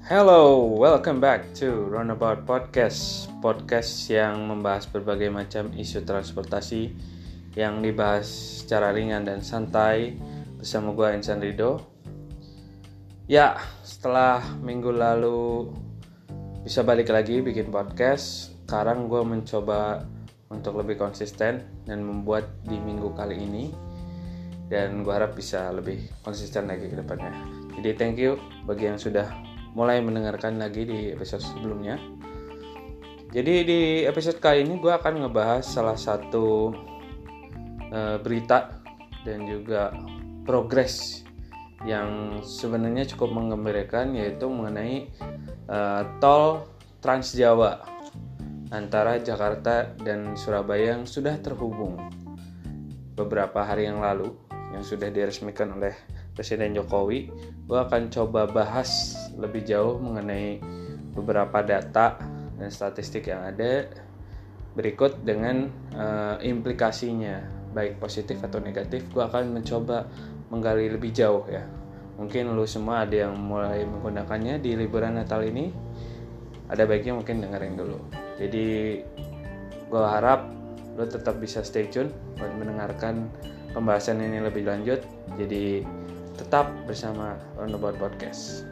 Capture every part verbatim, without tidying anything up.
Hello, welcome back to Roundabout Podcast. Podcast yang membahas berbagai macam isu transportasi yang dibahas secara ringan dan santai bersama gue Insan Rido. Ya, setelah minggu lalu bisa balik lagi bikin podcast, sekarang gue mencoba untuk lebih konsisten dan membuat di minggu kali ini. Dan gue harap bisa lebih konsisten lagi ke depannya. Jadi thank you bagi yang sudah mulai mendengarkan lagi di episode sebelumnya. Jadi di episode kali ini gue akan ngebahas salah satu uh, berita dan juga progres yang sebenarnya cukup menggembirakan, yaitu mengenai uh, tol Trans Jawa antara Jakarta dan Surabaya yang sudah terhubung beberapa hari yang lalu, yang sudah diresmikan oleh Presiden Jokowi. Gue akan coba bahas lebih jauh mengenai beberapa data dan statistik yang ada berikut dengan uh, implikasinya, baik positif atau negatif. Gue akan mencoba menggali lebih jauh ya. Mungkin lu semua ada yang mulai menggunakannya di liburan Natal ini, ada baiknya mungkin dengerin dulu. Jadi gue harap lu tetap bisa stay tune buat mendengarkan pembahasan ini lebih lanjut. Jadi tetap bersama Roundabout Podcast.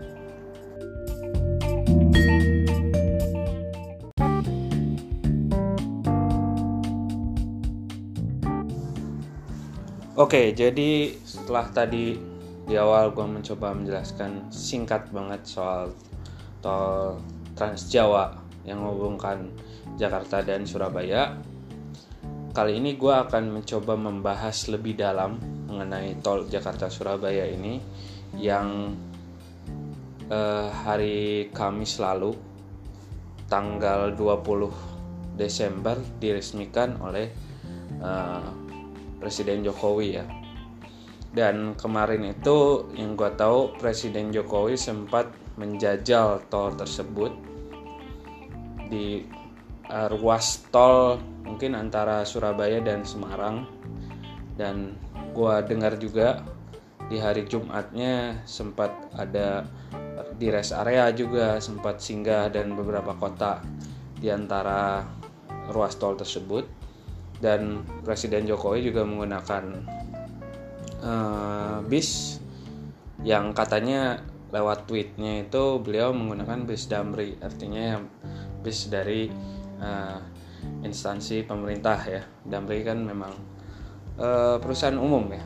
Oke, jadi setelah tadi di awal gue mencoba menjelaskan singkat banget soal tol Trans Jawa yang menghubungkan Jakarta dan Surabaya, kali ini gue akan mencoba membahas lebih dalam mengenai tol Jakarta-Surabaya ini yang eh, hari Kamis lalu tanggal dua puluh Desember diresmikan oleh eh, Presiden Jokowi ya. Dan kemarin itu yang gue tahu Presiden Jokowi sempat menjajal tol tersebut di uh, ruas tol mungkin antara Surabaya dan Semarang. Dan gue dengar juga di hari Jumatnya sempat ada di rest area juga, sempat singgah dan beberapa kota di antara ruas tol tersebut. Dan Presiden Jokowi juga menggunakan uh, bis yang katanya lewat tweetnya itu beliau menggunakan bis Damri, artinya bis dari uh, instansi pemerintah ya. Damri kan memang uh, perusahaan umum ya.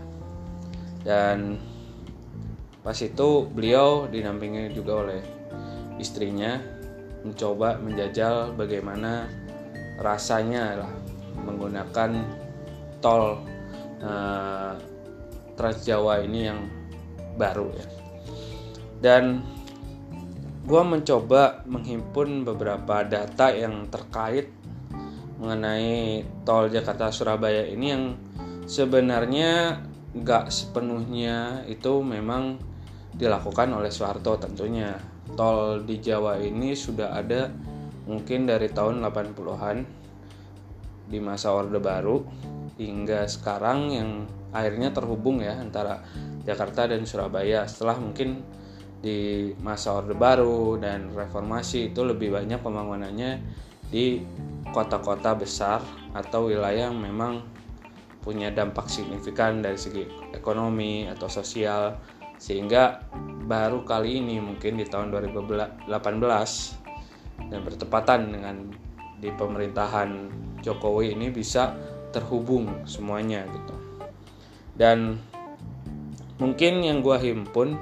Dan pas itu beliau dinampingi juga oleh istrinya mencoba menjajal bagaimana rasanya lah menggunakan tol uh, Trans Jawa ini yang baru ya. Dan gue mencoba menghimpun beberapa data yang terkait mengenai tol Jakarta Surabaya ini yang sebenarnya gak sepenuhnya itu memang dilakukan oleh Soeharto tentunya. Tol di Jawa ini sudah ada mungkin dari tahun delapan puluhan di masa Orde Baru hingga sekarang yang akhirnya terhubung ya antara Jakarta dan Surabaya. Setelah mungkin di masa Orde Baru dan Reformasi itu lebih banyak pembangunannya di kota-kota besar atau wilayah yang memang punya dampak signifikan dari segi ekonomi atau sosial, sehingga baru kali ini mungkin di tahun dua ribu delapan belas dan bertepatan dengan di pemerintahan Jokowi ini bisa terhubung semuanya gitu. Dan mungkin yang gue himpun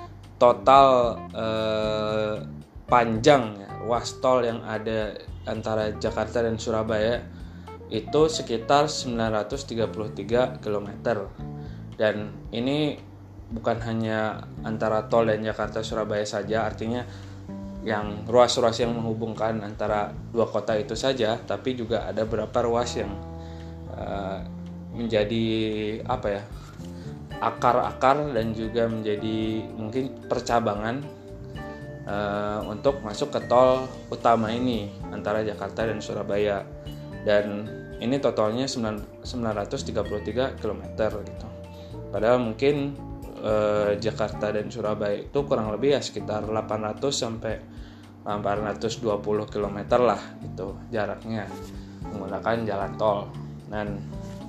total eh, panjang ya, ruas tol yang ada antara Jakarta dan Surabaya itu sekitar sembilan ratus tiga puluh tiga kilometer. Dan ini bukan hanya antara tol dan Jakarta Surabaya saja, artinya yang ruas-ruas yang menghubungkan antara dua kota itu saja, tapi juga ada beberapa ruas yang uh, menjadi apa ya akar-akar dan juga menjadi mungkin percabangan uh, untuk masuk ke tol utama ini antara Jakarta dan Surabaya. Dan ini totalnya sembilan ratus tiga puluh tiga kilometer gitu. Padahal mungkin eh, Jakarta dan Surabaya itu kurang lebih ya sekitar delapan ratus sampai delapan ratus dua puluh kilometer lah gitu jaraknya menggunakan jalan tol. Dan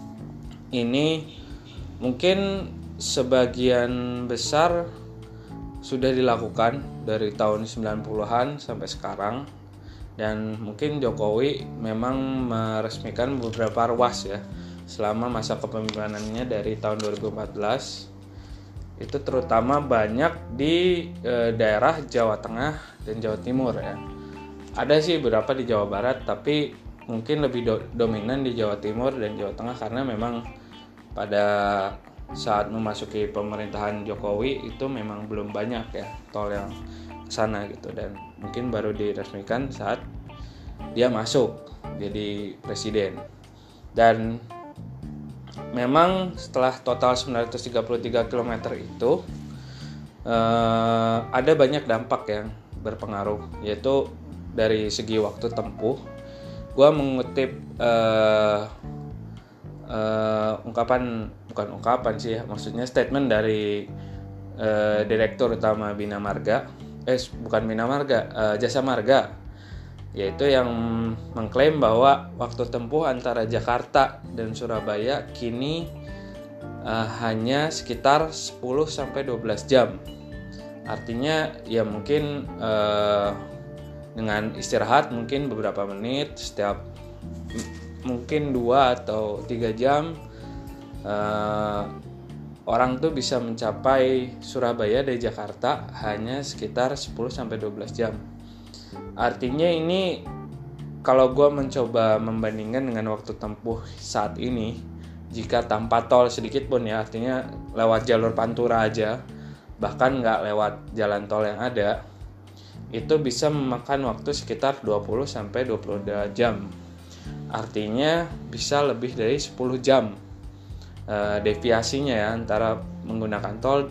ini mungkin sebagian besar sudah dilakukan dari tahun sembilan puluhan sampai sekarang, dan mungkin Jokowi memang meresmikan beberapa ruas ya selama masa kepemimpinannya dari tahun dua ribu empat belas. Itu terutama banyak di e, daerah Jawa Tengah dan Jawa Timur ya. Ada sih beberapa di Jawa Barat, tapi mungkin lebih do, dominan di Jawa Timur dan Jawa Tengah karena memang pada saat memasuki pemerintahan Jokowi itu memang belum banyak ya tol yang kesana gitu, dan mungkin baru diresmikan saat dia masuk jadi presiden. Dan memang setelah total sembilan ratus tiga puluh tiga kilometer itu eh, ada banyak dampak yang berpengaruh, yaitu dari segi waktu tempuh. Gua mengutip eh, eh, ungkapan bukan ungkapan sih ya, maksudnya statement dari eh, Direktur Utama Bina Marga, eh bukan Bina Marga, eh, Jasa Marga, yaitu yang mengklaim bahwa waktu tempuh antara Jakarta dan Surabaya kini uh, hanya sekitar sepuluh sampai dua belas jam. Artinya ya mungkin uh, dengan istirahat mungkin beberapa menit setiap m- mungkin dua atau tiga jam uh, orang tuh bisa mencapai Surabaya dari Jakarta hanya sekitar sepuluh sampai dua belas jam. Artinya ini kalau gue mencoba membandingkan dengan waktu tempuh saat ini, jika tanpa tol sedikit pun ya, artinya lewat jalur Pantura aja, bahkan nggak lewat jalan tol yang ada, itu bisa memakan waktu sekitar dua puluh sampai dua puluh dua jam. Artinya bisa lebih dari sepuluh jam e, deviasinya ya antara menggunakan tol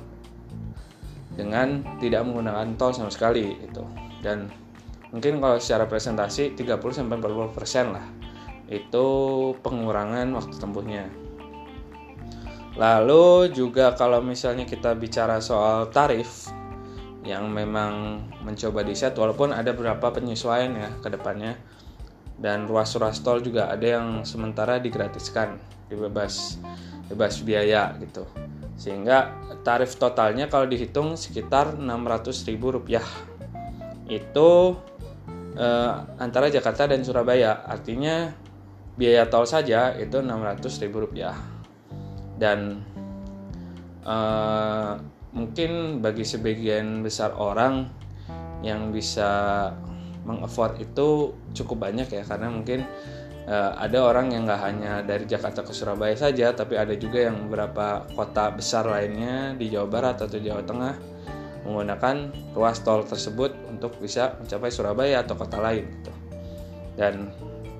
dengan tidak menggunakan tol sama sekali itu. Dan mungkin kalau secara presentasi tiga puluh sampai empat puluh persen lah itu pengurangan waktu tempuhnya. Lalu juga kalau misalnya kita bicara soal tarif yang memang mencoba di-set, walaupun ada beberapa penyesuaian ya ke depannya, dan ruas-ruas tol juga ada yang sementara digratiskan, dibebas bebas biaya gitu. Sehingga tarif totalnya kalau dihitung sekitar enam ratus ribu rupiah. Itu eh, antara Jakarta dan Surabaya, artinya biaya tol saja itu enam ratus ribu rupiah. Dan eh, mungkin bagi sebagian besar orang yang bisa meng-afford itu cukup banyak ya, karena mungkin eh, ada orang yang gak hanya dari Jakarta ke Surabaya saja, tapi ada juga yang beberapa kota besar lainnya di Jawa Barat atau Jawa Tengah menggunakan ruas tol tersebut untuk bisa mencapai Surabaya atau kota lain gitu. Dan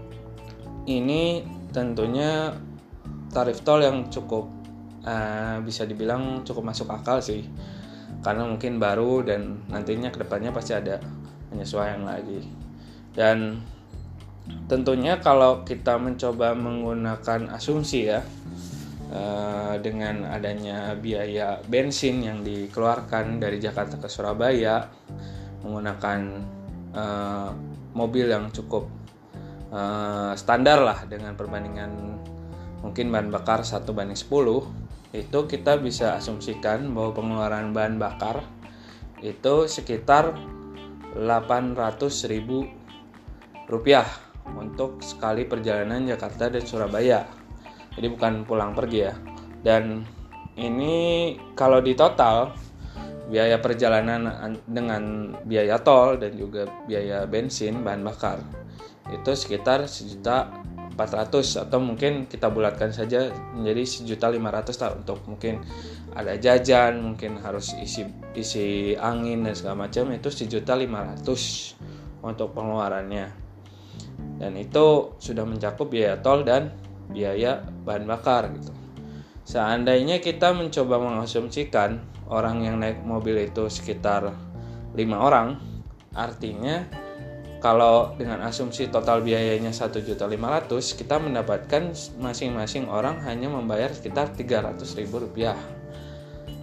ini tentunya tarif tol yang cukup uh, bisa dibilang cukup masuk akal sih, karena mungkin baru dan nantinya kedepannya pasti ada penyesuaian lagi. Dan tentunya kalau kita mencoba menggunakan asumsi ya, Uh, dengan adanya biaya bensin yang dikeluarkan dari Jakarta ke Surabaya menggunakan uh, mobil yang cukup uh, standar lah dengan perbandingan mungkin bahan bakar satu banding sepuluh, itu kita bisa asumsikan bahwa pengeluaran bahan bakar itu sekitar delapan ratus ribu rupiah untuk sekali perjalanan Jakarta dan Surabaya. Jadi bukan pulang pergi ya. Dan ini kalau di total biaya perjalanan dengan biaya tol dan juga biaya bensin bahan bakar itu sekitar sejuta empat ratus, atau mungkin kita bulatkan saja menjadi sejuta lima ratus lah, untuk mungkin ada jajan, mungkin harus isi isi angin dan segala macam, itu sejuta lima ratus untuk pengeluarannya. Dan itu sudah mencakup biaya tol dan biaya bahan bakar gitu. Seandainya kita mencoba mengasumsikan orang yang naik mobil itu sekitar lima orang, artinya kalau dengan asumsi total biayanya satu juta lima ratus ribu, kita mendapatkan masing-masing orang hanya membayar sekitar tiga ratus ribu rupiah.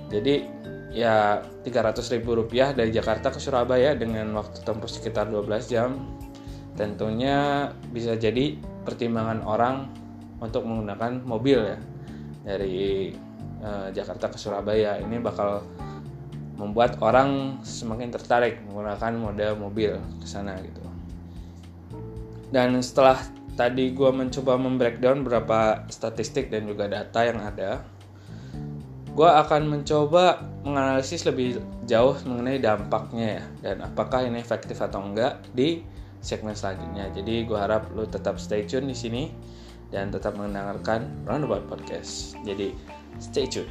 Jadi ya tiga ratus ribu rupiah dari Jakarta ke Surabaya dengan waktu tempuh sekitar dua belas jam. Tentunya bisa jadi pertimbangan orang untuk menggunakan mobil ya dari eh, Jakarta ke Surabaya. Ini bakal membuat orang semakin tertarik menggunakan mode mobil ke sana gitu. Dan setelah tadi gue mencoba membreakdown beberapa statistik dan juga data yang ada, gue akan mencoba menganalisis lebih jauh mengenai dampaknya ya, dan apakah ini efektif atau enggak di segmen selanjutnya. Jadi gue harap lo tetap stay tune di sini dan tetap mendengarkan Roundabout Podcast. Jadi stay tune.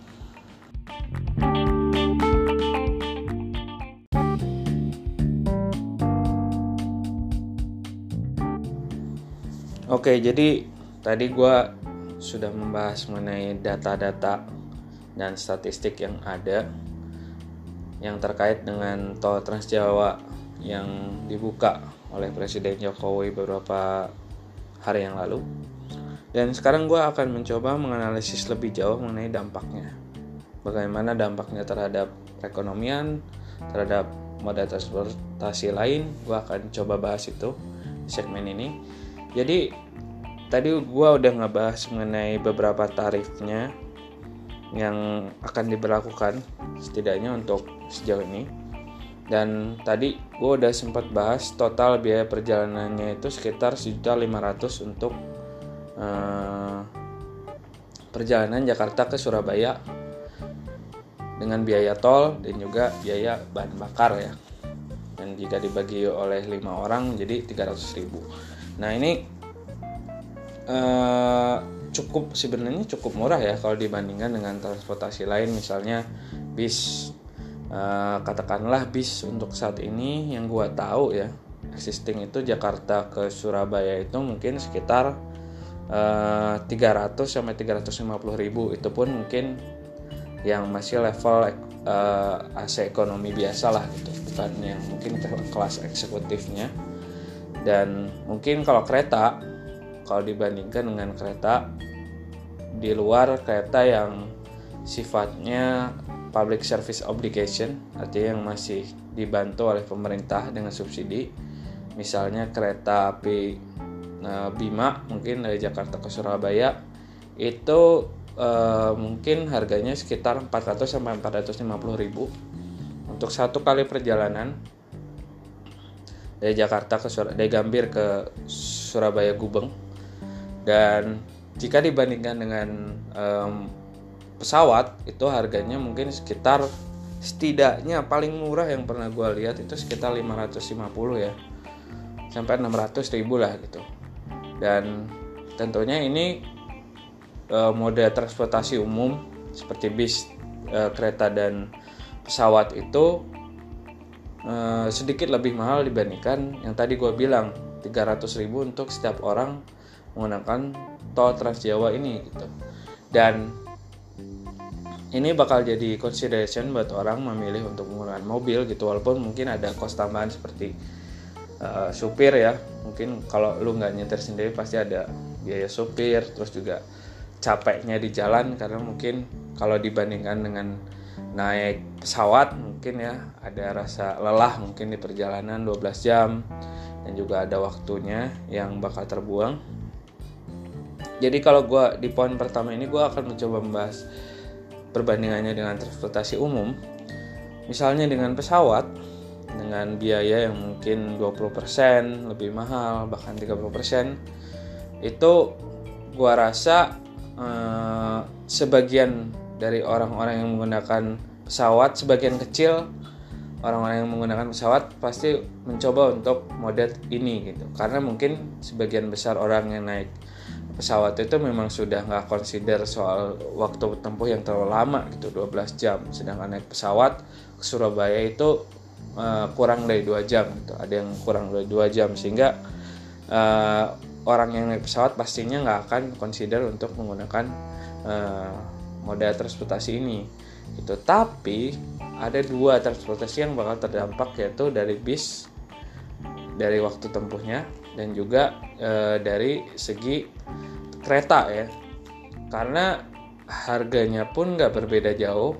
Oke, jadi tadi gue sudah membahas mengenai data-data dan statistik yang ada yang terkait dengan tol Trans Jawa yang dibuka oleh Presiden Jokowi beberapa hari yang lalu. Dan sekarang gue akan mencoba menganalisis lebih jauh mengenai dampaknya. Bagaimana dampaknya terhadap perekonomian, terhadap moda transportasi lain. Gue akan coba bahas itu di segmen ini. Jadi tadi gue udah ngebahas mengenai beberapa tarifnya yang akan diberlakukan setidaknya untuk sejauh ini. Dan tadi gue udah sempat bahas total biaya perjalanannya itu sekitar sejuta lima ratus ribu untuk uh, perjalanan Jakarta ke Surabaya dengan biaya tol dan juga biaya bahan bakar ya. Dan jika dibagi oleh lima orang jadi tiga ratus ribu. Nah ini uh, cukup sebenarnya cukup murah ya kalau dibandingkan dengan transportasi lain, misalnya bis. Uh, katakanlah bis untuk saat ini yang gua tahu ya existing itu Jakarta ke Surabaya itu mungkin sekitar uh, tiga ratus sampai tiga ratus lima puluh ribu. Itu pun mungkin yang masih level uh, A C ekonomi biasa lah gitu, bukan yang mungkin kelas eksekutifnya. Dan mungkin kalau kereta, kalau dibandingkan dengan kereta di luar kereta yang sifatnya public service obligation, artinya yang masih dibantu oleh pemerintah dengan subsidi, misalnya kereta api e, Bima mungkin dari Jakarta ke Surabaya itu e, mungkin harganya sekitar empat ratus sampai empat ratus lima puluh ribu untuk satu kali perjalanan dari Jakarta ke Sur- dari Gambir ke Surabaya Gubeng. Dan jika dibandingkan dengan um, pesawat itu harganya mungkin sekitar setidaknya paling murah yang pernah gue lihat itu sekitar lima ratus lima puluh ya sampai enam ratus ribu lah gitu. Dan tentunya ini uh, moda transportasi umum seperti bis, uh, kereta dan pesawat itu uh, sedikit lebih mahal dibandingkan yang tadi gue bilang tiga ratus ribu untuk setiap orang menggunakan tol Trans Jawa ini gitu. Dan ini bakal jadi consideration buat orang memilih untuk menggunakan mobil gitu, walaupun mungkin ada kos tambahan seperti uh, supir ya. Mungkin kalau lu nggak nyetir sendiri pasti ada biaya supir, terus juga capeknya di jalan karena mungkin kalau dibandingkan dengan naik pesawat mungkin ya ada rasa lelah mungkin di perjalanan dua belas jam dan juga ada waktunya yang bakal terbuang. Jadi kalau gue di poin pertama ini gue akan mencoba membahas perbandingannya dengan transportasi umum. Misalnya dengan pesawat dengan biaya yang mungkin dua puluh persen lebih mahal, bahkan tiga puluh persen. Itu gue rasa eh, sebagian dari orang-orang yang menggunakan pesawat, sebagian kecil orang-orang yang menggunakan pesawat pasti mencoba untuk mode ini gitu. Karena mungkin sebagian besar orang yang naik pesawat itu memang sudah nggak consider soal waktu tempuh yang terlalu lama gitu, dua belas jam. Sedangkan naik pesawat ke Surabaya itu uh, kurang dari dua jam gitu. Ada yang kurang dari dua jam sehingga uh, orang yang naik pesawat pastinya nggak akan consider untuk menggunakan uh, moda transportasi ini gitu. Tapi ada dua transportasi yang bakal terdampak, yaitu dari bis, dari waktu tempuhnya, dan juga e, dari segi kereta ya, karena harganya pun nggak berbeda jauh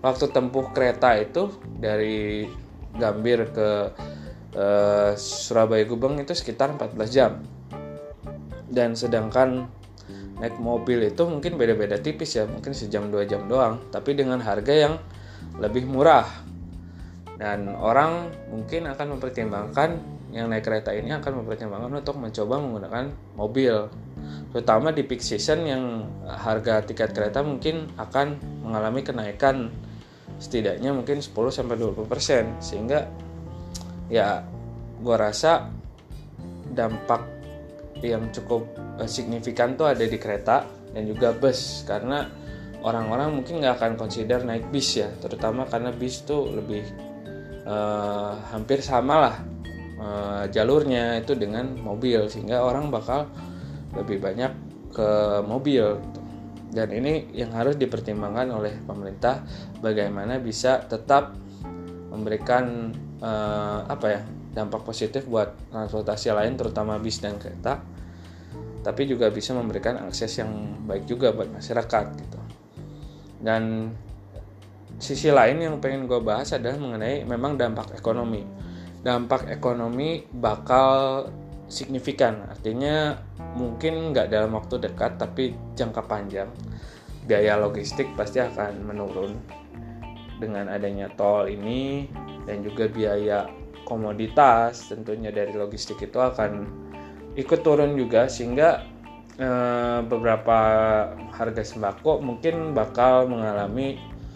waktu tempuh kereta itu dari Gambir ke uh, Surabaya Gubeng itu sekitar empat belas jam. Dan sedangkan naik mobil itu mungkin beda-beda tipis ya, mungkin sejam dua jam doang, tapi dengan harga yang lebih murah. Dan orang mungkin akan mempertimbangkan, yang naik kereta ini akan mempertimbangkan untuk mencoba menggunakan mobil, terutama di peak season yang harga tiket kereta mungkin akan mengalami kenaikan setidaknya mungkin sepuluh sampai dua puluh persen, sehingga ya gua rasa dampak yang cukup signifikan tuh ada di kereta dan juga bus, karena orang-orang mungkin nggak akan consider naik bis ya, terutama karena bis tuh lebih uh, hampir sama lah uh, jalurnya itu dengan mobil, sehingga orang bakal lebih banyak ke mobil gitu. Dan ini yang harus dipertimbangkan oleh pemerintah, bagaimana bisa tetap memberikan uh, apa ya dampak positif buat transportasi lain, terutama bis dan kereta, tapi juga bisa memberikan akses yang baik juga buat masyarakat gitu. Dan sisi lain yang pengen gue bahas adalah mengenai memang dampak ekonomi. Dampak ekonomi bakal signifikan, artinya mungkin nggak dalam waktu dekat, tapi jangka panjang biaya logistik pasti akan menurun dengan adanya tol ini, dan juga biaya komoditas tentunya dari logistik itu akan ikut turun juga, sehingga eh, beberapa harga sembako mungkin bakal mengalami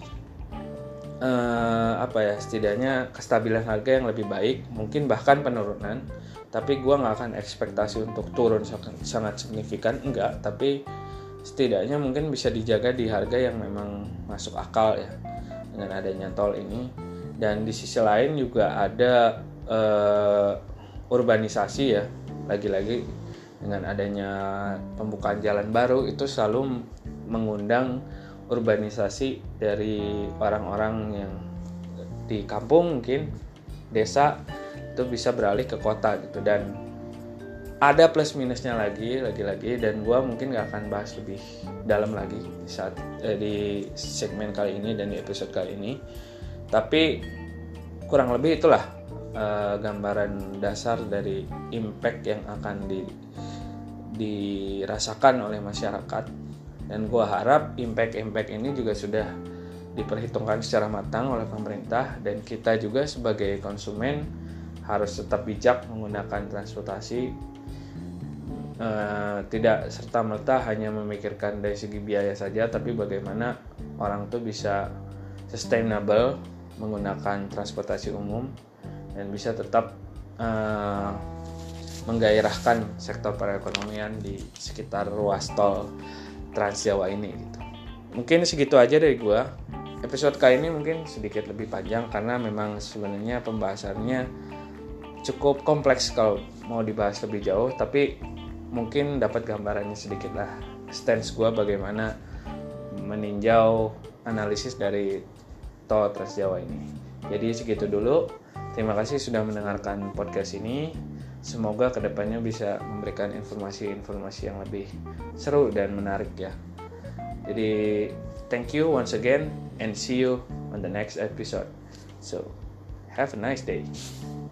eh, apa ya setidaknya kestabilan harga yang lebih baik, mungkin bahkan penurunan. Tapi gue nggak akan ekspektasi untuk turun sangat, sangat signifikan, enggak, tapi setidaknya mungkin bisa dijaga di harga yang memang masuk akal ya dengan adanya tol ini. Dan di sisi lain juga ada eh, urbanisasi ya, lagi-lagi dengan adanya pembukaan jalan baru itu selalu mengundang urbanisasi dari orang-orang yang di kampung, mungkin desa, itu bisa beralih ke kota gitu. Dan ada plus minusnya lagi, lagi-lagi, dan gue mungkin gak akan bahas lebih dalam lagi di saat eh, di segmen kali ini dan di episode kali ini, tapi kurang lebih itulah Uh, gambaran dasar dari impact yang akan di, dirasakan oleh masyarakat. Dan gue harap impact-impact ini juga sudah diperhitungkan secara matang oleh pemerintah, dan kita juga sebagai konsumen harus tetap bijak menggunakan transportasi, uh, tidak serta-merta hanya memikirkan dari segi biaya saja, tapi bagaimana orang tuh bisa sustainable menggunakan transportasi umum dan bisa tetap uh, menggairahkan sektor perekonomian di sekitar ruas tol Trans Jawa ini gitu. Mungkin segitu aja dari gua. Episode kali ini mungkin sedikit lebih panjang karena memang sebenarnya pembahasannya cukup kompleks kalau mau dibahas lebih jauh, tapi mungkin dapat gambarannya sedikit lah stance gua bagaimana meninjau analisis dari tol Trans Jawa ini. Jadi segitu dulu. Terima kasih sudah mendengarkan podcast ini. Semoga kedepannya bisa memberikan informasi-informasi yang lebih seru dan menarik ya. Jadi thank you once again and see you on the next episode. So have a nice day.